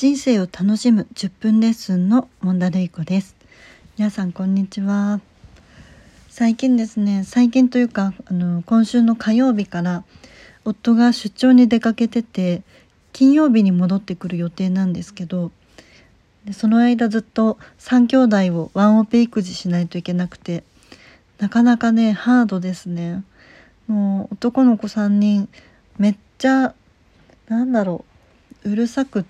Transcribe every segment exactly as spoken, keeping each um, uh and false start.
人生を楽しむじゅっぷんレッスンの門田瑠衣子です。皆さんこんにちは。最近ですね最近というかあの今週の火曜日から夫が出張に出かけてて、金曜日に戻ってくる予定なんですけど、でその間ずっとさん兄弟をワンオペ育児しないといけなくて、なかなかねハードですね。もう男の子さんにんめっちゃなんだろううるさくって、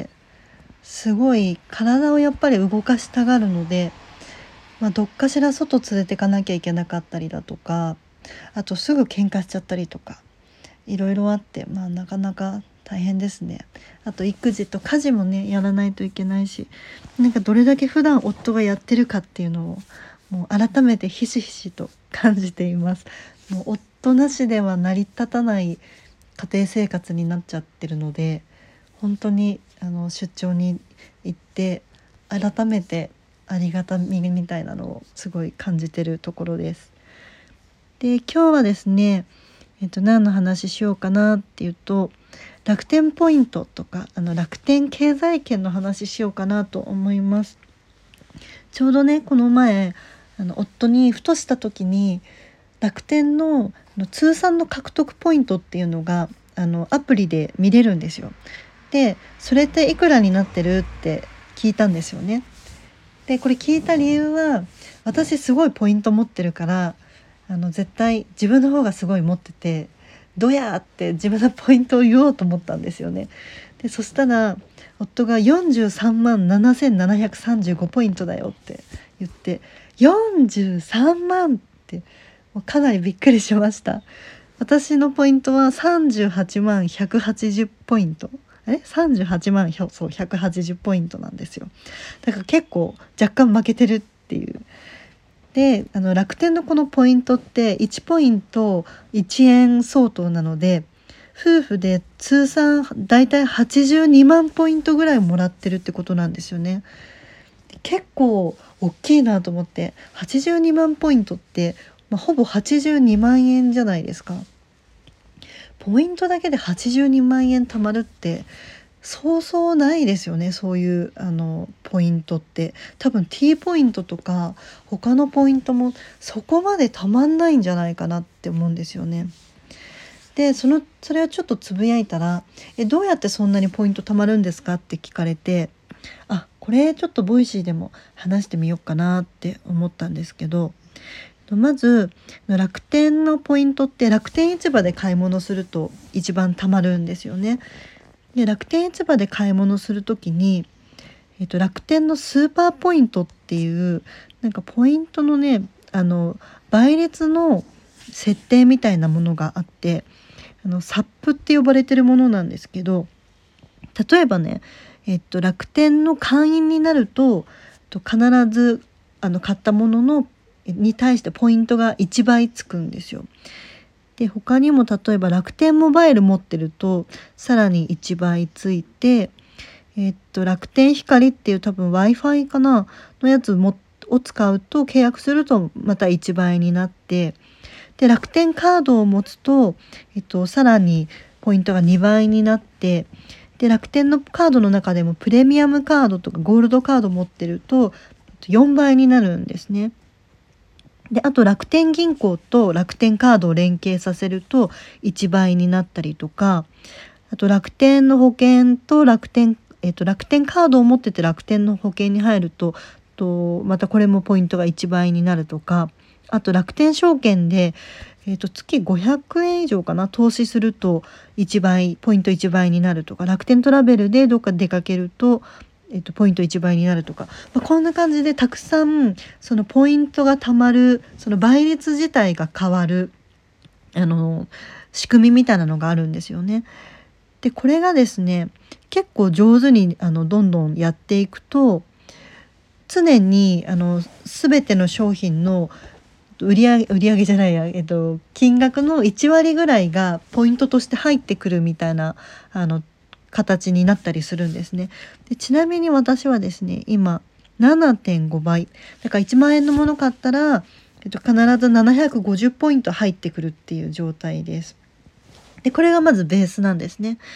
すごい体をやっぱり動かしたがるので、まあ、どっかしら外連れてかなきゃいけなかったりだとか、あとすぐ喧嘩しちゃったりとかいろいろあって、まあなかなか大変ですね。あと育児と家事もねやらないといけないし、なんかどれだけ普段夫がやってるかっていうのをもう改めてひしひしと感じています。もう夫なしでは成り立たない家庭生活になっちゃってるので、本当にあの出張に行って改めてありがたみみたいなのをすごい感じてるところです。で今日はですね、えっと、何の話しようかなっていうと、楽天ポイントとかあの楽天経済圏の話しようかなと思います。ちょうどねこの前あの夫にふとした時に、楽天の通算の獲得ポイントっていうのがあのアプリで見れるんですよ。でそれっていくらになってるって聞いたんですよね。でこれ聞いた理由は、私すごいポイント持ってるから、あの絶対自分の方がすごい持ってて、どやって自分のポイントを言おうと思ったんですよね。でそしたら夫がよんじゅうさんまんななせんななひゃくさんじゅうごポイントだよって言って、よんじゅうさんまんってもうかなりびっくりしました。私のポイントはさんじゅうはちまんひゃくはちじゅうポイント、えさんじゅうはちまんそうひゃくはちじゅうポイントなんですよ。だから結構若干負けてるっていう。であの楽天のこのポイントっていちポイントいちえん相当なので、夫婦で通算だいたいはちじゅうにまんポイントぐらいもらってるってことなんですよね。結構大きいなと思って、はちじゅうにまんポイントって、まあ、ほぼはちじゅうにまんえんじゃないですか。ポイントだけではちじゅうにまんえん貯まるってそうそうないですよね。そういうあのポイントって多分 T ポイントとか他のポイントもそこまでたまんないんじゃないかなって思うんですよね。でそのそれをちょっとつぶやいたら、えどうやってそんなにポイントたまるんですかって聞かれて、あこれちょっとボイシーでも話してみようかなって思ったんですけど、まず楽天のポイントって楽天市場で買い物すると一番たまるんですよね。で楽天市場で買い物するときに、えっと、楽天のスーパーポイントっていうなんかポイントのねあの倍率の設定みたいなものがあって、あのサップって呼ばれてるものなんですけど、例えばね、えっと、楽天の会員になるとと必ずあの買ったもののに対してポイントがいちばいつくんですよ。で他にも例えば楽天モバイル持ってるとさらにいちばいついて、えっと楽天光っていう多分 Wi-Fi かなのやつもを使うと契約するとまたいちばいになって、で楽天カードを持つと、えっと、さらにポイントがにばいになって、で楽天のカードの中でもプレミアムカードとかゴールドカード持ってるとよんばいになるんですね。であと楽天銀行と楽天カードを連携させるといちばいになったりとか、あと楽天の保険と楽天、えっと、楽天カードを持ってて楽天の保険に入るととまたこれもポイントがいちばいになるとか、あと楽天証券で、えっと、月ごひゃくえん以上かな投資するといちばいポイントいちばいになるとか、楽天トラベルでどっか出かけるとえっと、ポイントいちばいになるとか、まあ、こんな感じでたくさんそのポイントがたまる、その倍率自体が変わるあの仕組みみたいなのがあるんですよね。でこれがですね結構上手にあのどんどんやっていくと、常にあの全ての商品の売り上げ売り上げじゃないや、えっと、金額のいちわりぐらいがポイントとして入ってくるみたいなあの形になったりするんですね。でちなみに私はですね今 ななてんごばいだからいちまんえんのもの買ったら、えっと、必ずななひゃくごじゅうポイント入ってくるっていう状態です。でこれがまずベースなんですね。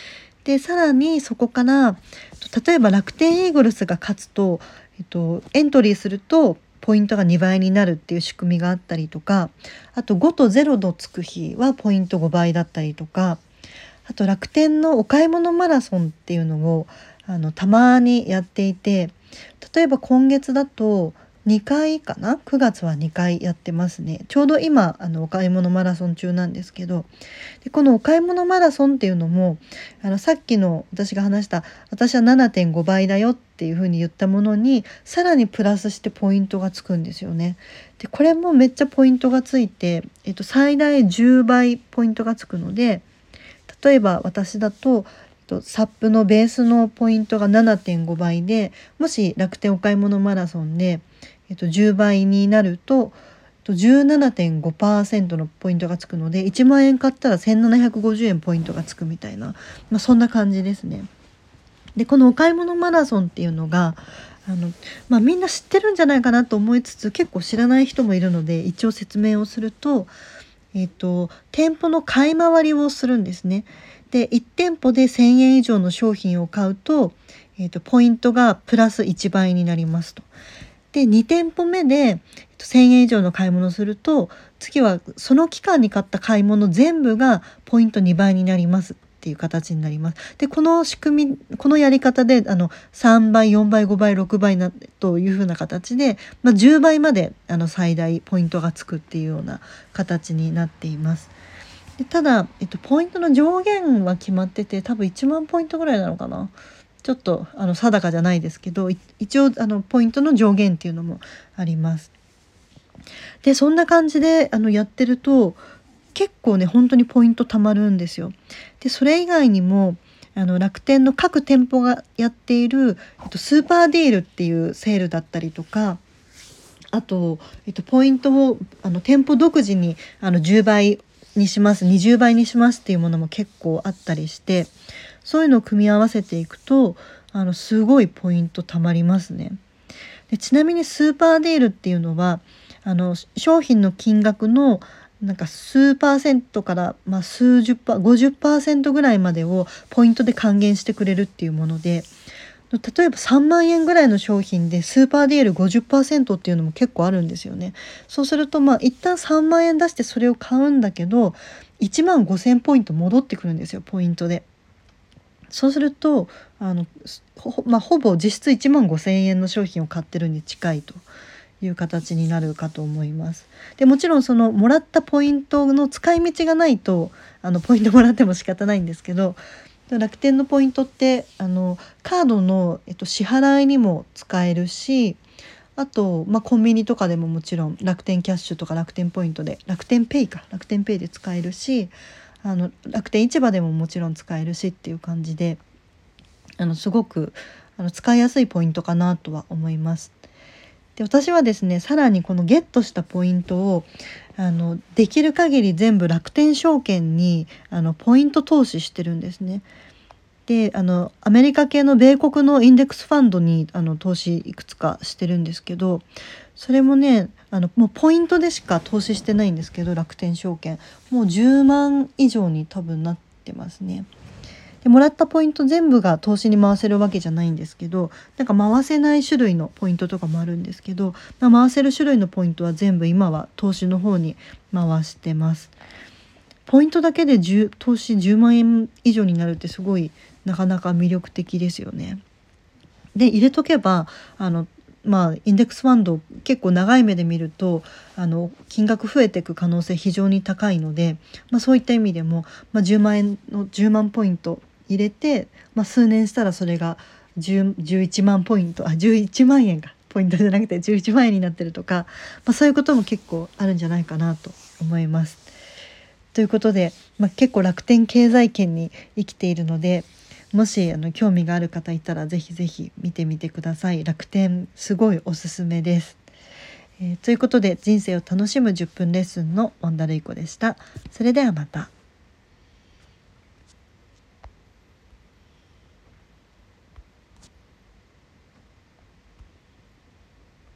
でさらにそこから例えば楽天イーグルスが勝つと、えっと、エントリーするとポイントがにばいになるっていう仕組みがあったりとか、あとごとゼロのつく日はポイントごばいだったりとか、あと楽天のお買い物マラソンっていうのをあのたまにやっていて、例えば今月だとにかいかな、くがつはにかいやってますね。ちょうど今あのお買い物マラソン中なんですけど、でこのお買い物マラソンっていうのもあのさっきの私が話した私は ななてんごばいだよっていうふうに言ったものにさらにプラスしてポイントがつくんですよね。でこれもめっちゃポイントがついて、えっと、最大じゅうばいポイントがつくので、例えば私だとサップのベースのポイントが ななてんごばいで、もし楽天お買い物マラソンで、えっと、じゅうばいになると じゅうななてんごパーセント のポイントがつくので、いちまんえん買ったらせんななひゃくごじゅうえんポイントがつくみたいな、まあ、そんな感じですね。でこのお買い物マラソンっていうのがあの、まあ、みんな知ってるんじゃないかなと思いつつ結構知らない人もいるので一応説明をすると、えっと、店舗の買い回りをするんですね。でいち店舗でせんえん以上の商品を買うと、えっと、ポイントがプラスいちばいになりますと。でに店舗目でせんえん以上の買い物をすると、次はその期間に買った買い物全部がポイントにばいになりますっていう形になります。でこの仕組み、このやり方であのさんばいよんばいごばいろくばいなというふうな形で、まあ、じゅうばいまであの最大ポイントがつくっていうような形になっています。でただ、えっと、ポイントの上限は決まってて、多分いちまんポイントぐらいなのかな、ちょっとあの定かじゃないですけど、一応あのポイントの上限っていうのもあります。でそんな感じであのやってると結構ね本当にポイント貯まるんですよ。でそれ以外にもあの楽天の各店舗がやっている、えっと、スーパーディールっていうセールだったりとか、あと、えっと、ポイントをあの店舗独自にあのじゅうばいにします、にじゅうばいにしますっていうものも結構あったりして、そういうのを組み合わせていくとあのすごいポイント貯まりますね。でちなみにスーパーディールっていうのはあの商品の金額のなんか数パーセントから、まあ、数十パーごじゅっパーセントぐらいまでをポイントで還元してくれるっていうもので、例えばさんまんえんぐらいの商品でスーパーディール ごじゅっパーセント っていうのも結構あるんですよね。そうするとまあ一旦さんまんえん出してそれを買うんだけどいちまんごせんポイント戻ってくるんですよ、ポイントで。そうするとあの ほ,、まあ、ほぼ実質いちまんごせんえんの商品を買ってるに近いという形になるかと思います。でもちろんそのもらったポイントの使い道がないとあのポイントもらっても仕方ないんですけど、楽天のポイントってあのカードの、えっと、支払いにも使えるし、あと、まあ、コンビニとかでももちろん楽天キャッシュとか楽天ポイントで楽天ペイか楽天ペイで使えるし、あの楽天市場でももちろん使えるしっていう感じで、あのすごくあの使いやすいポイントかなとは思います。で私はですね、さらにこのゲットしたポイントをあのできる限り全部楽天証券にあのポイント投資してるんですね。であのアメリカ系の米国のインデックスファンドにあの投資いくつかしてるんですけど、それもねあのもうポイントでしか投資してないんですけど、楽天証券もうじゅうまん以上に多分なってますね。でもらったポイント全部が投資に回せるわけじゃないんですけど、なんか回せない種類のポイントとかもあるんですけど、まあ、回せる種類のポイントは全部今は投資の方に回してます。ポイントだけでじゅう投資じゅうまんえん以上になるってすごいなかなか魅力的ですよね。で入れとけばあのまあインデックスファンド結構長い目で見るとあの金額増えていく可能性非常に高いので、まあ、そういった意味でも、まあ、じゅうまんえんのじゅうまんポイント入れて、まあ、数年したらそれがじゅう、じゅういちまんポイントあじゅういちまんえんがポイントじゃなくてじゅういちまんえんになってるとか、まあ、そういうことも結構あるんじゃないかなと思います。ということで、まあ、結構楽天経済圏に生きているので、もしあの興味がある方いたらぜひぜひ見てみてください。楽天すごいおすすめです。えー、ということで人生を楽しむじゅっぷんレッスンのモンダルイコでした。それではまた。